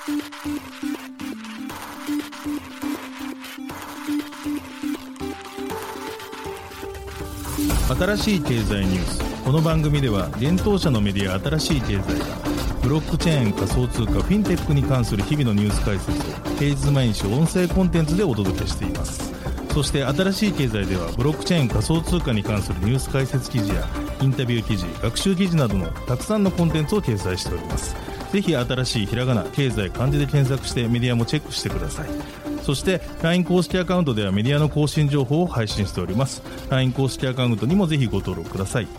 新しい経済ニュース。この番組では現当社のメディア新しい経済がブロックチェーン、仮想通貨、フィンテックに関する日々のニュース解説を平日毎日音声コンテンツでお届けしています。そして新しい経済ではブロックチェーン、仮想通貨に関するニュース解説記事やインタビュー記事、学習記事などのたくさんのコンテンツを掲載しております。ぜひ新しいひらがな、経済、漢字で検索してメディアもチェックしてください。そして LINE 公式アカウントではメディアの更新情報を配信しております。 LINE 公式アカウントにもぜひご登録ください。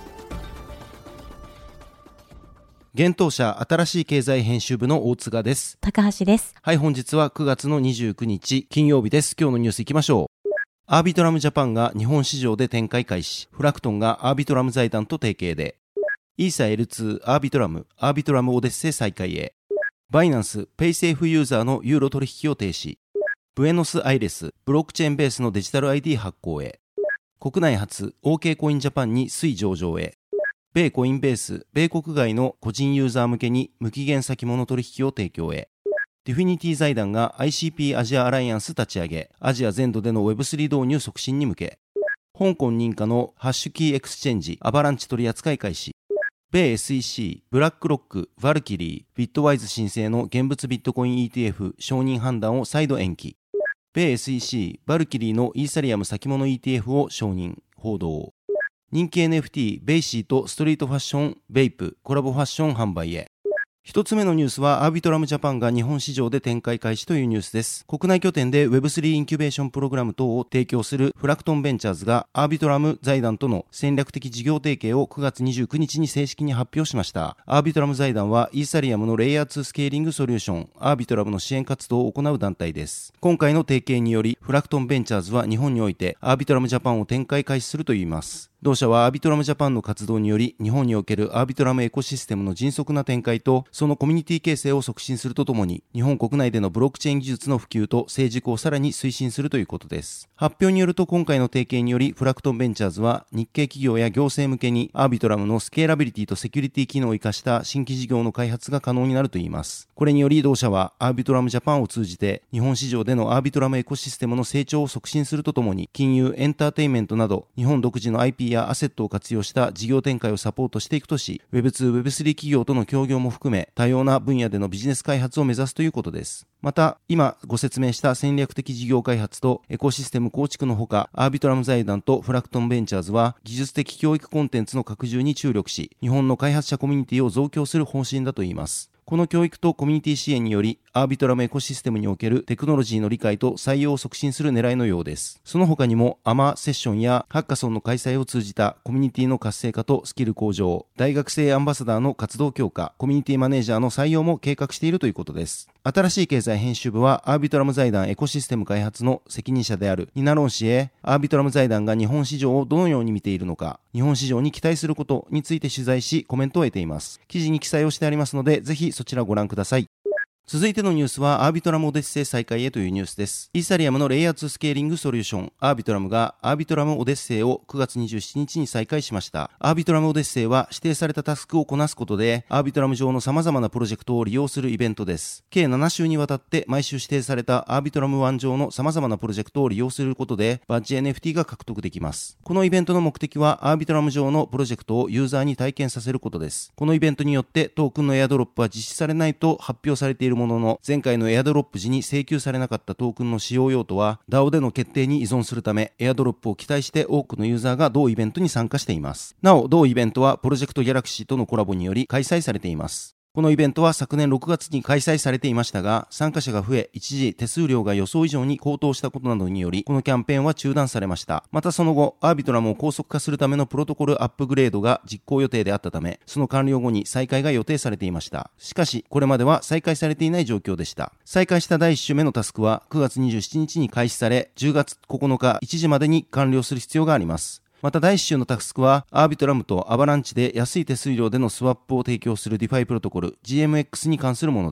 現当社新しい経済編集部の大塚です。 高橋です。 はい、本日は9月の29日金曜日です。今日のニュースいきましょう。アービトラムジャパンが日本市場で展開開始。フラクトンがアービトラム財団と提携で。イーサ L2 アービトラムオデッセイ再開へ。バイナンスペイセーフユーザーのユーロ取引を停止。ブエノスアイレスブロックチェーンベースのデジタル ID 発行へ。国内初 OK コインジャパンに推上場へ。米コインベース米国外の個人ユーザー向けに無期限先物取引を提供へ。ディフィニティ財団が ICP アジアアライアンス立ち上げ、アジア全土での Web3 導入促進に向け。香港認可のハッシュキーエクスチェンジアバランチ取扱い開始。米 SEC、ブラックロック、ヴァルキリー、ビットワイズ申請の現物ビットコイン ETF 承認判断を再度延期。米 SEC、バルキリーのイーサリアム先物 ETF を承認、報道。人気 NFT、ベイシーとストリートファッション、ベイプ、コラボファッション販売へ。一つ目のニュースはアービトラムジャパンが日本市場で展開開始というニュースです。国内拠点で Web3 インキュベーションプログラム等を提供するフラクトンベンチャーズがアービトラム財団との戦略的事業提携を9月29日に正式に発表しました。アービトラム財団はイーサリアムのレイヤー2スケーリングソリューションアービトラムの支援活動を行う団体です。今回の提携によりフラクトンベンチャーズは日本においてアービトラムジャパンを展開開始するといいます。同社はアービトラムジャパンの活動により日本におけるアービトラムエコシステムの迅速な展開とそのコミュニティ形成を促進するとともに日本国内でのブロックチェーン技術の普及と成熟をさらに推進するということです。発表によると今回の提携によりフラクトンベンチャーズは日系企業や行政向けにアービトラムのスケーラビリティとセキュリティ機能を生かした新規事業の開発が可能になるといいます。これにより同社はアービトラムジャパンを通じて日本市場でのアービトラムエコシステムの成長を促進するとともに金融、エンターテインメントなど日本独自の IP やアセットを活用した事業展開をサポートしていくとし Web2、Web3 企業との協業も含め多様な分野でのビジネス開発を目指すということです。また今ご説明した戦略的事業開発とエコシステム構築のほかアービトラム財団とフラクトンベンチャーズは技術的教育コンテンツの拡充に注力し日本の開発者コミュニティを増強する方針だといいます。この教育とコミュニティ支援によりアービトラムエコシステムにおけるテクノロジーの理解と採用を促進する狙いのようです。その他にもアマセッションやハッカソンの開催を通じたコミュニティの活性化とスキル向上、大学生アンバサダーの活動強化、コミュニティマネージャーの採用も計画しているということです。新しい経済編集部はアービトラム財団エコシステム開発の責任者であるニナロン氏へアービトラム財団が日本市場をどのように見ているのか、日本市場に期待することについて取材しコメントを得ています。記事に記載をしてありますのでぜひそちらをご覧ください。続いてのニュースはアービトラムオデッセイ再開へというニュースです。イーサリアムのレイヤー2スケーリングソリューションアービトラムがアービトラムオデッセイを9月27日に再開しました。アービトラムオデッセイは指定されたタスクをこなすことでアービトラム上の様々なプロジェクトを利用するイベントです。計7週にわたって毎週指定されたアービトラム1上の様々なプロジェクトを利用することでバッジ NFT が獲得できます。このイベントの目的はアービトラム上のプロジェクトをユーザーに体験させることです。このイベントによってトークンのエアドロップは実施されないと発表されているものの前回のエアドロップ時に請求されなかったトークンの使用用途は DAO での決定に依存するためエアドロップを期待して多くのユーザーが同イベントに参加しています。なお同イベントはプロジェクトギャラクシーとのコラボにより開催されています。このイベントは昨年6月に開催されていましたが参加者が増え一時手数料が予想以上に高騰したことなどによりこのキャンペーンは中断されました。またその後アービトラムを高速化するためのプロトコルアップグレードが実行予定であったためその完了後に再開が予定されていました。しかしこれまでは再開されていない状況でした。再開した第1週目のタスクは9月27日に開始され10月9日1時までに完了する必要があります。また第1週のタスクはアービトラムとアバランチで安い手数料でのスワップを提供する DeFi プロトコル GMX に関するものです。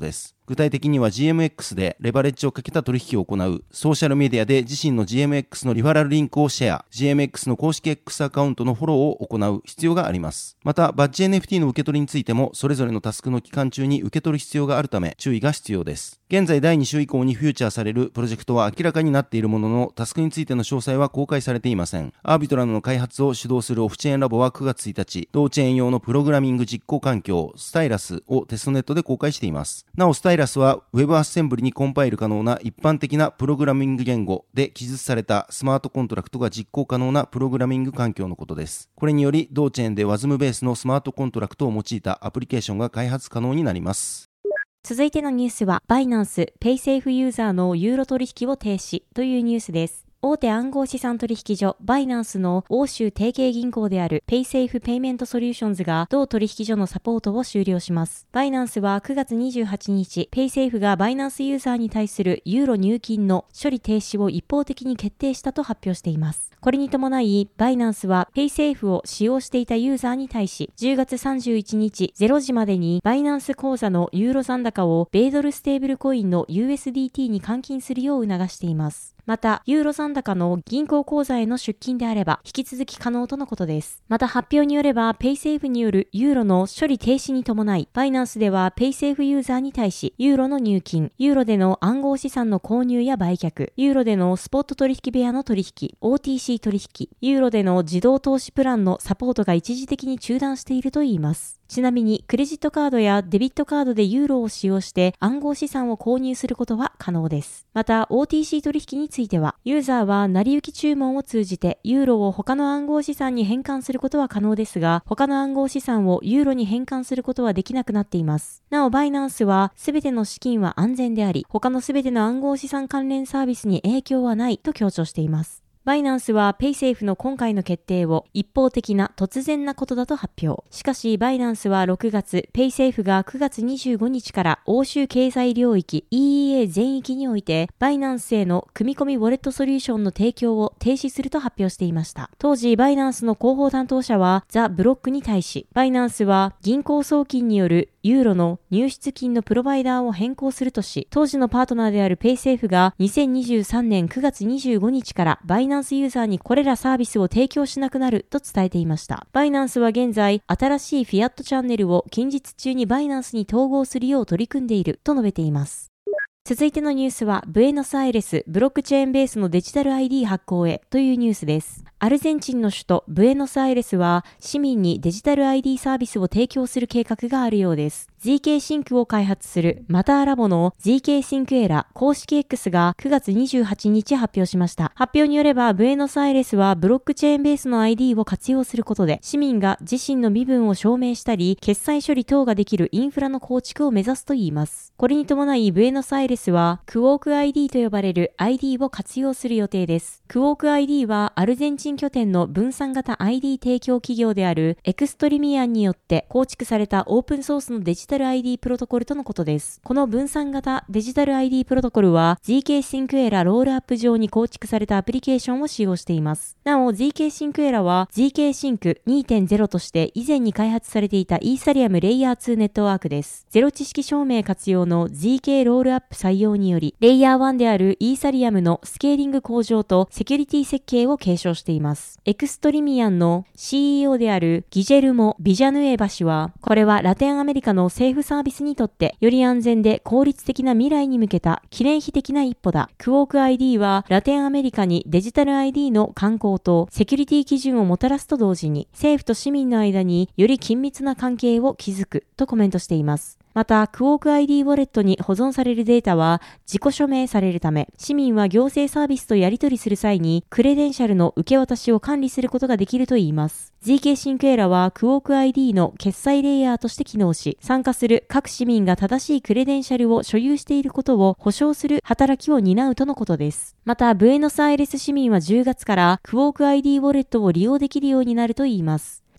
具体的には GMX でレバレッジをかけた取引を行う、ソーシャルメディアで自身の GMX のリファラルリンクをシェア、GMX の公式 X アカウントのフォローを行う必要があります。また、バッジ NFT の受け取りについても、それぞれのタスクの期間中に受け取る必要があるため、注意が必要です。現在第2週以降にフューチャーされるプロジェクトは明らかになっているものの、タスクについての詳細は公開されていません。アービトラムの開発を主導するオフチェーンラボは9月1日、同チェーン用のプログラミング実行環境、スタイラスをテストネットで公開しています。なお、スタイラスは Web アッセンブリにコンパイル可能な一般的なプログラミング言語で記述されたスマートコントラクトが実行可能なプログラミング環境のことです。これにより、同チェーンで WASM ベースのスマートコントラクトを用いたアプリケーションが開発可能になります。 続いてのニュースは、バイナンス、ペイセーフユーザーのユーロ取引を停止というニュースです。大手暗号資産取引所バイナンスの欧州提携銀行であるペイセーフペイメントソリューションズが同取引所のサポートを終了します。バイナンスは9月28日、ペイセーフがバイナンスユーザーに対するユーロ入金の処理停止を一方的に決定したと発表しています。これに伴い、バイナンスはペイセーフを使用していたユーザーに対し、10月31日0時までにバイナンス口座のユーロ残高を米ドルステーブルコインの USDT に換金するよう促しています。また、ユーロ残高の銀行口座への出金であれば、引き続き可能とのことです。また発表によれば、ペイセーフによるユーロの処理停止に伴い、バイナンスではペイセーフユーザーに対し、ユーロの入金、ユーロでの暗号資産の購入や売却、ユーロでのスポット取引部屋の取引、OTC 取引、ユーロでの自動投資プランのサポートが一時的に中断しているといいます。ちなみに、クレジットカードやデビットカードでユーロを使用して暗号資産を購入することは可能です。また、OTC 取引については、ユーザーは成り行き注文を通じてユーロを他の暗号資産に変換することは可能ですが、他の暗号資産をユーロに変換することはできなくなっています。なお、バイナンスは、すべての資金は安全であり、他のすべての暗号資産関連サービスに影響はないと強調しています。バイナンスはペイセーフの今回の決定を一方的な突然なことだと発表。しかしバイナンスは6月、ペイセーフが9月25日から欧州経済領域 EEA 全域においてバイナンスへの組み込みウォレットソリューションの提供を停止すると発表していました。当時バイナンスの広報担当者はザ・ブロックに対し、バイナンスは銀行送金によるユーロの入出金のプロバイダーを変更するとし、当時のパートナーであるペイセーフが2023年9月25日からバイナンスユーザーにこれらサービスを提供しなくなると伝えていました。バイナンスは現在、新しいフィアットチャンネルを近日中にバイナンスに統合するよう取り組んでいると述べています。続いてのニュースは、ブエノスアイレスブロックチェーンベースのデジタル ID 発行へというニュースです。アルゼンチンの首都ブエノスアイレスは市民にデジタル ID サービスを提供する計画があるようです。ZK シンクを開発するマターラボの ZK シンクエラ公式 X が9月28日発表しました。発表によればブエノスアイレスはブロックチェーンベースの ID を活用することで市民が自身の身分を証明したり決済処理等ができるインフラの構築を目指すといいます。これに伴いブエノスアイレスはクォーク ID と呼ばれる ID を活用する予定です。クォーク ID はアルゼンチン拠点の分散型 ID 提供企業であるエクストリミアンによって構築されたオープンソースのデジタル ID プロトコルとのことです。この分散型デジタル ID プロトコルは ZK シンクエラロールアップ上に構築されたアプリケーションを使用しています。なお ZK シンクエラは ZK シンク 2.0 として以前に開発されていたイーサリアムレイヤー2ネットワークです。ゼロ知識証明活用の ZK ロールアップ採用によりレイヤー1であるイーサリアムのスケーリング向上とセキュリティ設計を継承しています。エクストリミアンの CEO であるギジェルモ・ビジャヌエーバ氏は、これはラテンアメリカの政府サービスにとってより安全で効率的な未来に向けた記念碑的な一歩だ。クォーク ID はラテンアメリカにデジタル ID の慣行とセキュリティ基準をもたらすと同時に政府と市民の間により緊密な関係を築くとコメントしています。また、クォーク ID ウォレットに保存されるデータは自己署名されるため、市民は行政サービスとやり取りする際にクレデンシャルの受け渡しを管理することができるといいます。ZK シンクエラはクォーク ID の決済レイヤーとして機能し、参加する各市民が正しいクレデンシャルを所有していることを保証する働きを担うとのことです。また、ブエノスアイレス市民は10月からクォーク ID ウォレットを利用できるようになるといいます。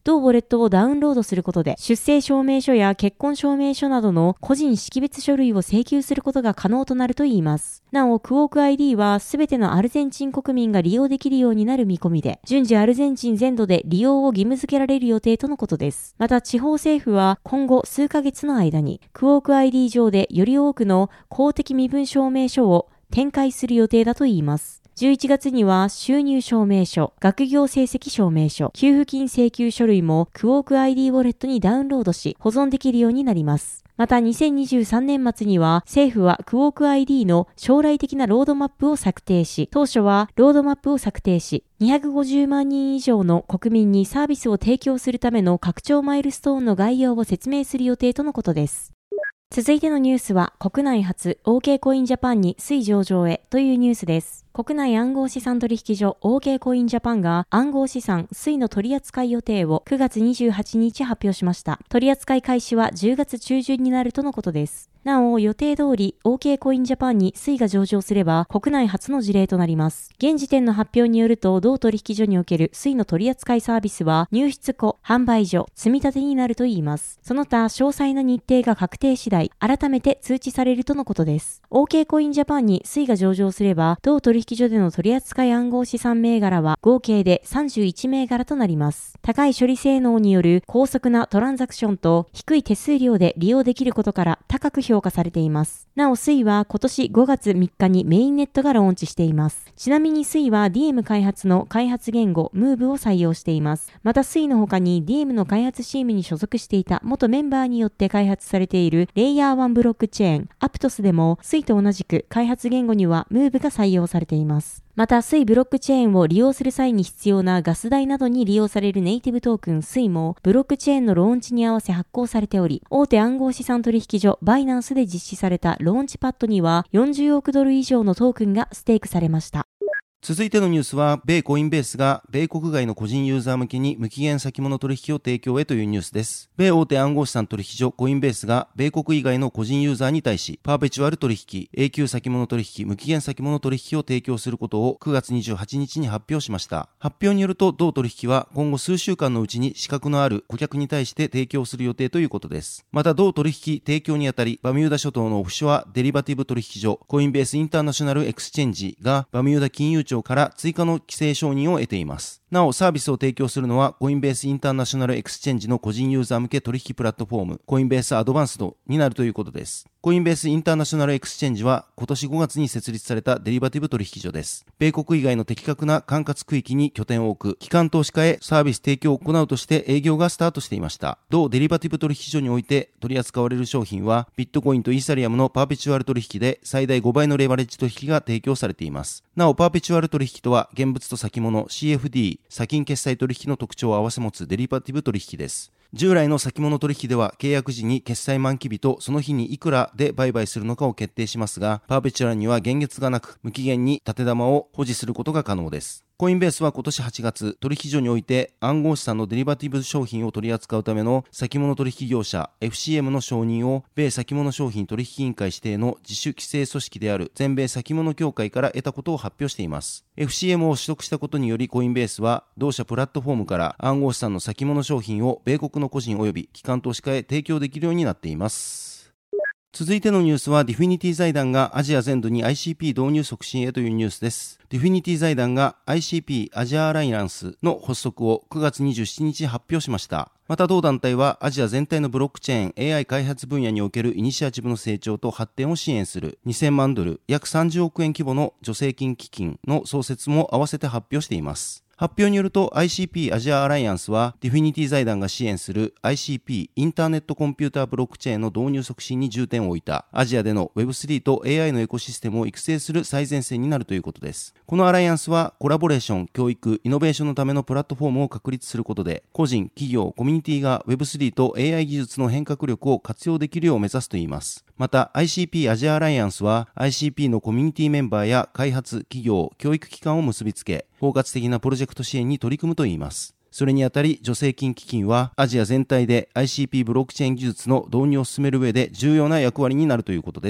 同ウォレットをダウンロードすることで、出生証明書や結婚証明書などの個人識別書類を請求することが可能となるといいます。なお、クォーク ID はすべてのアルゼンチン国民が利用できるようになる見込みで、順次アルゼンチン全土で利用を義務付けられる予定とのことです。また、地方政府は今後数ヶ月の間に、クォーク ID 上でより多くの公的身分証明書を展開する予定だといいます。11月には収入証明書、学業成績証明書、給付金請求書類もクォーク ID ウォレットにダウンロードし保存できるようになります。また2023年末には政府はクォーク ID の将来的なロードマップを策定し、当初はロードマップを策定し、250万人以上の国民にサービスを提供するための拡張マイルストーンの概要を説明する予定とのことです。続いてのニュースは国内初 OK コインジャパンに推上場へというニュースです。国内暗号資産取引所 OK コインジャパンが暗号資産推の取扱い予定を9月28日発表しました。取扱い開始は10月中旬になるとのことです。なお、予定通り OK コインジャパンに推が上場すれば国内初の事例となります。現時点の発表によると、同取引所における推の取扱いサービスは入出庫、販売所、積み立てになるといいます。その他、詳細な日程が確定次第、改めて通知されるとのことです。OK コインジャパンに推が上場すれば、同取引所での取扱い暗号資産銘柄は合計で31銘柄となります。高い処理性能による高速なトランザクションと低い手数料で利用できることから高く評価されています。なお、推は今年5月3日にメインネットがローンチしています。ちなみに推は DM 開発の開発言語 Move を採用しています。また推の他に DM の開発チームに所属していた元メンバーによって開発されているレイヤー1ブロックチェーン Aptos でも推と同じく開発言語には Move が採用されています。また、推ブロックチェーンを利用する際に必要なガス代などに利用されるネイティブトークン推もブロックチェーンのローンチに合わせ発行されており、大手暗号資産取引所バイナンスで実施されたローンチパッドには40億ドル以上のトークンがステークされました。 続いてのニュースは、米コインベースが米国外の個人ユーザー向けに無期限先物取引を提供へというニュースです。米大手暗号資産取引所コインベースが米国以外の個人ユーザーに対し、パーペチュアル取引、永久先物取引、無期限先物取引を提供することを9月28日に発表しました。発表によると、同取引は今後数週間のうちに資格のある顧客に対して提供する予定ということです。また、同取引提供にあたり、バミューダ諸島のオフショアデリバティブ取引所コインベースインターナショナルエクスチェンジがバミューダ金融庁から追加の規制承認を得ています。なお、サービスを提供するのはコインベースインターナショナルエクスチェンジの個人ユーザー向け取引プラットフォームコインベースアドバンスドになるということです。コインベースインターナショナルエクスチェンジは今年5月に設立されたデリバティブ取引所です。米国以外の的確な管轄区域に拠点を置く機関投資家へサービス提供を行うとして営業がスタートしていました。同デリバティブ取引所において取り扱われる商品はビットコインとイーサリアムのパーペチュアル取引で最大5倍のレバレッジ取引が提供されています。なお、パーペチュアル取引とは現物と先物 CFD 先金決済取引の特徴を併せ持つデリバティブ取引です。従来の先物取引では契約時に決済満期日とその日にいくらで売買するのかを決定しますが、パーペチュアルには現月がなく無期限に縦玉を保持することが可能です。コインベースは今年8月、取引所において暗号資産のデリバティブ商品を取り扱うための先物取引業者 FCM の承認を米先物商品取引委員会指定の自主規制組織である全米先物協会から得たことを発表しています。FCM を取得したことによりコインベースは同社プラットフォームから暗号資産の先物商品を米国の個人及び機関投資家へ提供できるようになっています。続いてのニュースはディフィニティ財団がアジア全土に ICP 導入促進へというニュースです。ディフィニティ財団が ICP アジアアライアンスの発足を9月27日発表しました。また同団体はアジア全体のブロックチェーン AI 開発分野におけるイニシアチブの成長と発展を支援する2000万ドル約30億円規模の助成金基金の創設も合わせて発表しています。発表によると ICP アジアアライアンスはディフィニティ財団が支援する ICP インターネットコンピューターブロックチェーンの導入促進に重点を置いたアジアでの Web3 と AI のエコシステムを育成する最前線になるということです。このアライアンスはコラボレーション、教育、イノベーションのためのプラットフォームを確立することで個人、企業、コミュニティが Web3 と AI 技術の変革力を活用できるよう目指すといいます。また ICP アジアアライアンスは ICP のコミュニティメンバーや開発、企業、教育機関を結びつけ包括的なプロジェクト支援に取り組むといいます。それにあたり助成金基金はアジア全体で ICP ブロックチェーン技術の導入を進める上で重要な役割になるということです。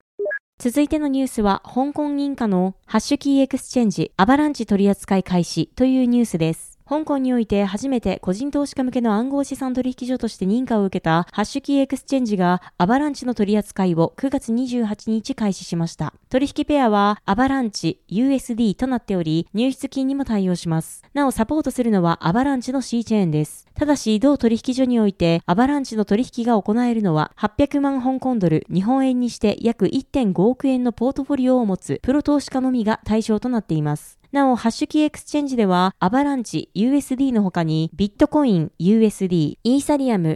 続いてのニュースは香港認可のハッシュキーエクスチェンジアバランチ取扱い開始というニュースです。 香港において初めて個人投資家向けの暗号資産取引所として認可を受けたハッシュキーエクスチェンジがアバランチの取り扱いを9月28日開始しました。取引ペアはアバランチ USD となっており、入出金にも対応します。なおサポートするのはアバランチの C チェーンです。ただし、同取引所においてアバランチの取引が行えるのは800万香港ドル、日本円にして約 1.5 億円のポートフォリオを持つプロ投資家のみが対象となっています。なお、ハッシュキーエクスチェンジでは、アバランチ USD の他に、ビットコイン USD、イーサリアム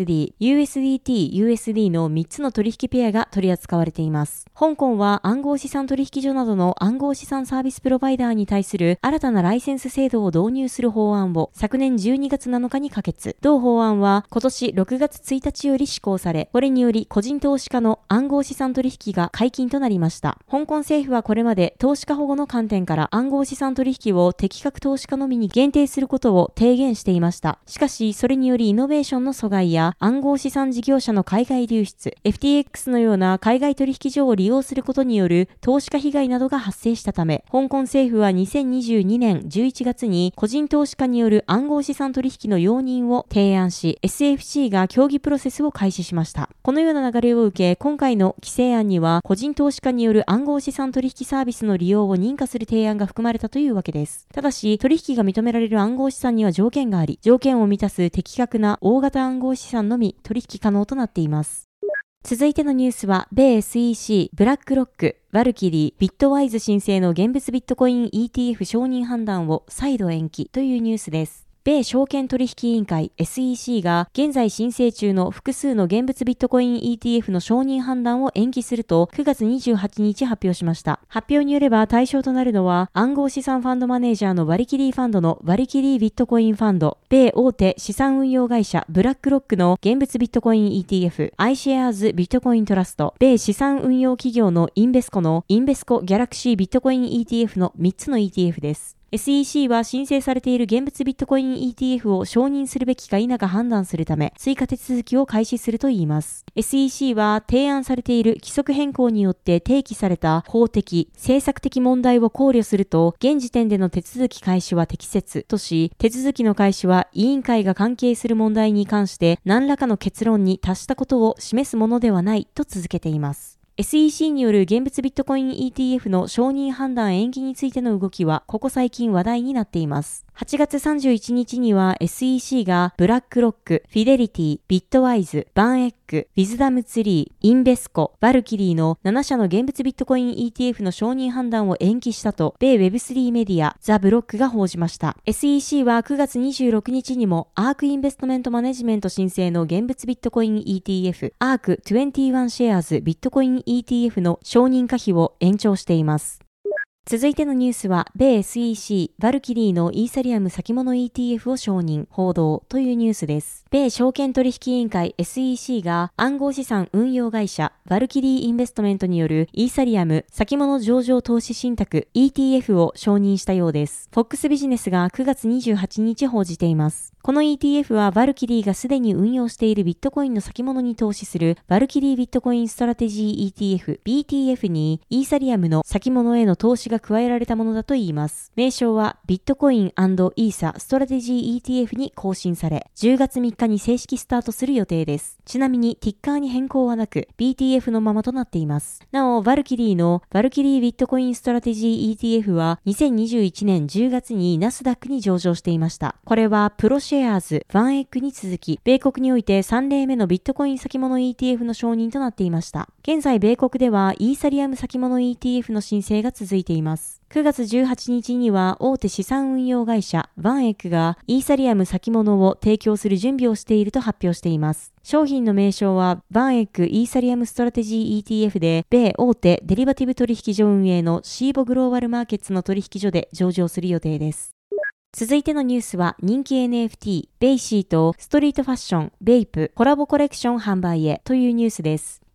USD、USDT USD の3つの取引ペアが取り扱われています。香港は暗号資産取引所などの暗号資産サービスプロバイダーに対する新たなライセンス制度を導入する法案を昨年12月7日に可決。同法案は今年6月1日より施行され、これにより個人投資家の暗号資産取引が解禁となりました。香港政府はこれまで投資家保護の観点から暗号資産取引を適格投資家のみに限定することを提言していました。しかし、それによりイノベーションの阻害や暗号資産事業者の海外流出、FTX のような海外取引所を利用することによる投資家被害などが発生したため、香港政府は2022年11月に個人投資家による暗号資産取引の容認を提案し、SFC が協議プロセスを開始しました。このような流れを受け、今回の規制案には個人投資家による暗号資産取引サービスの利用を認可する提案が含まれたというわけです。ただし、取引が認められる暗号資産には条件があり、条件を満たす適格な大型暗号資産のみ取引可能となっています。続いてのニュースは、米 SEC、ブラックロック、バルキリー、ビットワイズ申請の現物ビットコイン ETF 承認判断を再度延期というニュースです。米証券取引委員会 SEC が現在申請中の複数の現物ビットコイン ETF の承認判断を延期すると9月28日発表しました。発表によれば対象となるのは暗号資産ファンドマネージャーのバリキリーファンドのバリキリービットコインファンド、米大手資産運用会社ブラックロックの現物ビットコイン ETF、iShares ビットコイントラスト、米資産運用企業のインベスコのインベスコギャラクシービットコイン ETF の3つの ETF です。SEC は申請されている現物ビットコイン ETF を承認するべきか否か判断するため追加手続きを開始するといいます。SEC は提案されている規則変更によって提起された法的、政策的問題を考慮すると現時点での手続き開始は適切とし、手続きの開始は委員会が関係する問題に関して何らかの結論に達したことを示すものではないと続けています。SEC による現物ビットコイン ETF の承認判断延期についての動きはここ最近話題になっています。8月31日には SEC がブラックロック、フィデリティ、ビットワイズ、バンエック、ウィズダムツリー、インベスコ、バルキリーの7社の現物ビットコイン ETF の承認判断を延期したと米 Web3 メディアザ・ブロックが報じました。SEC は9月26日にもアークインベストメントマネジメント申請の現物ビットコイン ETF、アーク21シェアーズビットコイン ETF の承認可否を延長しています。続いてのニュースは、米 SEC、バルキリーのイーサリアム先物 ETF を承認、報道というニュースです。米証券取引委員会 SEC が暗号資産運用会社バルキリーインベストメントによるイーサリアム先物上場投資信託 ETF を承認したようです。FOX ビジネスが9月28日報じています。この ETF はバルキリーがすでに運用しているビットコインの先物に投資するバルキリービットコインストラテジー ETF BTF にイーサリアムの先物への投資が加えられたものだといいます。名称はビットコイン&イーサストラテジー ETF に更新され、10月3日に正式スタートする予定です。ちなみにティッカーに変更はなく BTF のままとなっています。なお、バルキリーのバルキリービットコインストラテジー ETF は2021年10月にナスダックに上場していました。これはプロシェアーズ、バンエックに続き、米国において3例目のビットコイン先物 ETF の承認となっていました。現在、米国ではイーサリアム先物 ETF の申請が続いています。9月18日には大手資産運用会社バンエックがイーサリアム先物を提供する準備をしていると発表しています。商品の名称はバンエックイーサリアムストラテジー ETF で、米大手デリバティブ取引所運営のシーボグローバルマーケッツの取引所で上場する予定です。続いてのニュースは人気 NFT ベイシーとストリートファッションベイプコラボコレクション販売へというニュースです。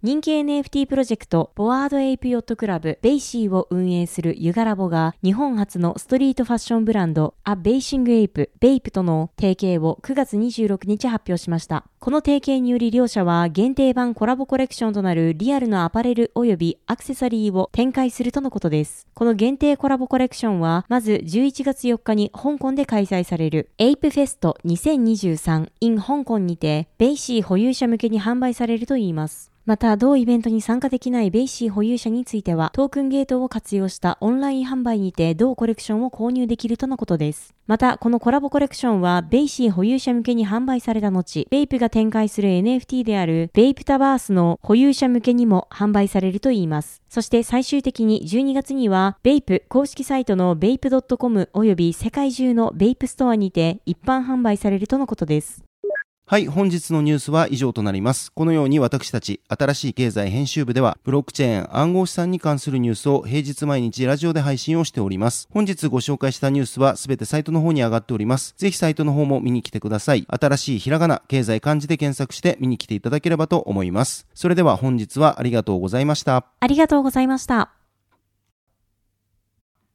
人気 NFT プロジェクトボワードエイプヨットクラブベイシーを運営するユガラボが日本初のストリートファッションブランドア・ベイシングエイプベイプとの提携を9月26日発表しました。この提携により両社は限定版コラボコレクションとなるリアルのアパレル及びアクセサリーを展開するとのことです。この限定コラボコレクションはまず11月4日に香港で開催されるエイプフェスト2023 in 香港にてベイシー保有者向けに販売されるといいます。また、同イベントに参加できないベイシー保有者については、トークンゲートを活用したオンライン販売にて同コレクションを購入できるとのことです。また、このコラボコレクションは、ベイシー保有者向けに販売された後、ベイプが展開する NFT であるベイプタバースの保有者向けにも販売されるといいます。そして最終的に12月には、ベイプ公式サイトのベイプ .com 及び世界中のベイプストアにて一般販売されるとのことです。 はい、本日のニュースは以上となります。このように私たち、新しい経済編集部では、ブロックチェーン、暗号資産に関するニュースを平日毎日ラジオで配信をしております。本日ご紹介したニュースはすべてサイトの方に上がっております。ぜひサイトの方も見に来てください。新しいひらがな、経済漢字で検索して見に来ていただければと思います。それでは本日はありがとうございました。 ありがとうございました。